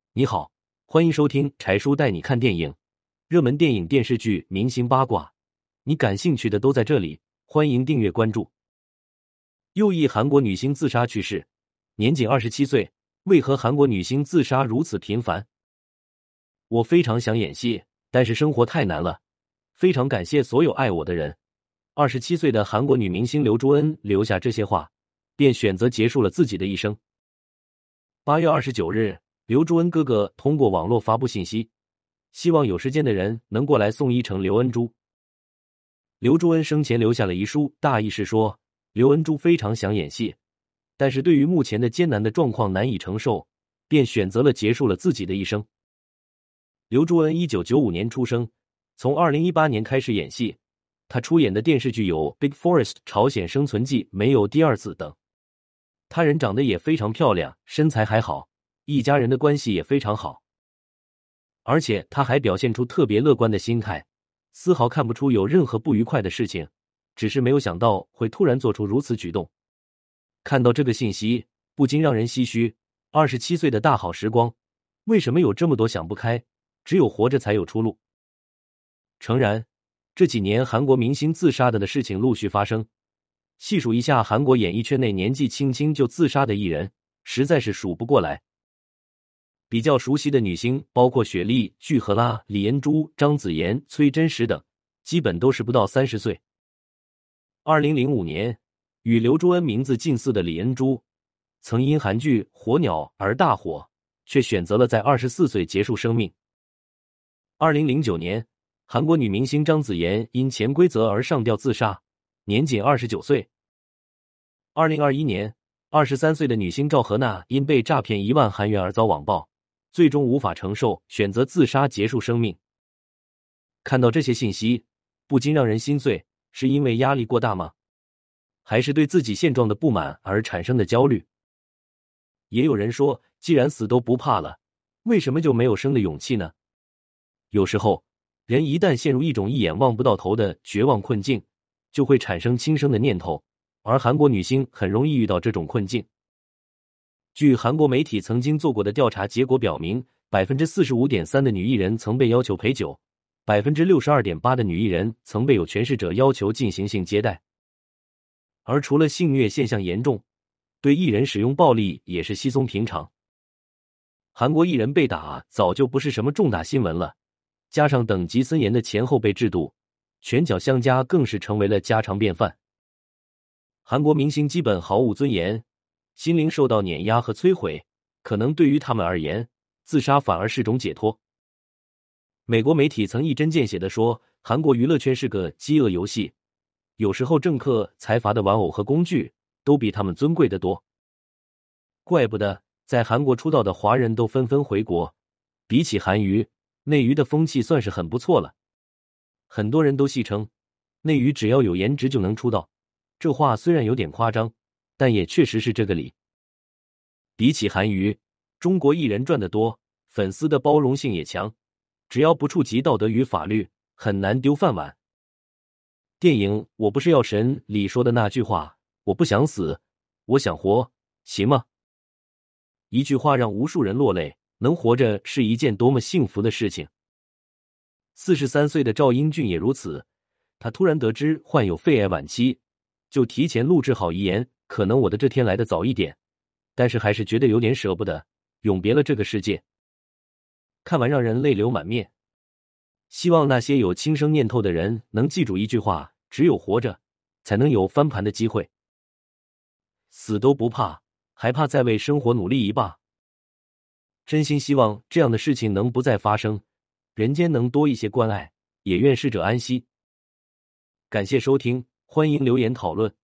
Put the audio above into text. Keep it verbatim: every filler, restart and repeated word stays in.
你好，欢迎收听柴叔带你看电影，热门电影、电视剧、明星八卦，你感兴趣的都在这里，欢迎订阅关注。又一韩国女星自杀去世，年仅二十七岁，为何韩国女星自杀如此频繁？我非常想演戏，但是生活太难了，非常感谢所有爱我的人。二十七岁的韩国女明星刘珠恩留下这些话，便选择结束了自己的一生。八月二十九日，刘珠恩哥哥通过网络发布信息，希望有时间的人能过来送一程刘恩珠。刘珠恩生前留下了遗书，大意是说，刘恩珠非常想演戏，但是对于目前的艰难的状况难以承受，便选择了结束了自己的一生。刘珠恩一九九五年出生，从二零一八年开始演戏，他出演的电视剧有《Big Forest》、《朝鲜生存记》、《没有第二次》等。他人长得也非常漂亮，身材还好，一家人的关系也非常好，而且他还表现出特别乐观的心态，丝毫看不出有任何不愉快的事情，只是没有想到会突然做出如此举动。看到这个信息，不禁让人唏嘘，二十七岁的大好时光，为什么有这么多想不开？只有活着才有出路。诚然，这几年韩国明星自杀的的事情陆续发生，细数一下韩国演艺圈内年纪轻轻就自杀的艺人，实在是数不过来。比较熟悉的女星包括雪莉、具荷拉、李恩珠、张子妍、崔真实等，基本都是不到三十岁。二零零五年，与刘珠恩名字近似的李恩珠，曾因韩剧《火鸟》而大火，却选择了在二十四岁结束生命。二零零九年，韩国女明星张子妍因潜规则而上吊自杀，年仅二十九岁。二零二一年，二十三岁的女星赵荷娜因被诈骗一万韩元而遭网暴，最终无法承受，选择自杀结束生命。看到这些信息，不禁让人心碎，是因为压力过大吗？还是对自己现状的不满而产生的焦虑？也有人说，既然死都不怕了，为什么就没有生的勇气呢？有时候，人一旦陷入一种一眼望不到头的绝望困境，就会产生轻生的念头，而韩国女星很容易遇到这种困境。据韩国媒体曾经做过的调查结果表明， 百分之四十五点三 的女艺人曾被要求陪酒， 百分之六十二点八 的女艺人曾被有权势者要求进行性接待。而除了性虐现象严重，对艺人使用暴力也是稀松平常。韩国艺人被打早就不是什么重大新闻了，加上等级森严的前后辈制度，拳脚相加更是成为了家常便饭。韩国明星基本毫无尊严，心灵受到碾压和摧毁，可能对于他们而言，自杀反而是种解脱。美国媒体曾一针见血地说，韩国娱乐圈是个饥饿游戏，有时候政客、财阀的玩偶和工具都比他们尊贵得多。怪不得在韩国出道的华人都纷纷回国，比起韩娱，内娱的风气算是很不错了。很多人都戏称，内娱只要有颜值就能出道，这话虽然有点夸张，但也确实是这个理。比起韩娱，中国艺人赚得多，粉丝的包容性也强，只要不触及道德与法律，很难丢饭碗。电影《我不是药神》里说的那句话，我不想死，我想活，行吗？一句话让无数人落泪，能活着是一件多么幸福的事情。四十三岁的赵英俊也如此，他突然得知患有肺癌晚期，就提前录制好遗言，可能我的这天来得早一点，但是还是觉得有点舍不得，永别了这个世界。看完让人泪流满面。希望那些有轻生念头的人能记住一句话，只有活着，才能有翻盘的机会。死都不怕，还怕再为生活努力一把。真心希望这样的事情能不再发生，人间能多一些关爱，也愿逝者安息。感谢收听，欢迎留言讨论。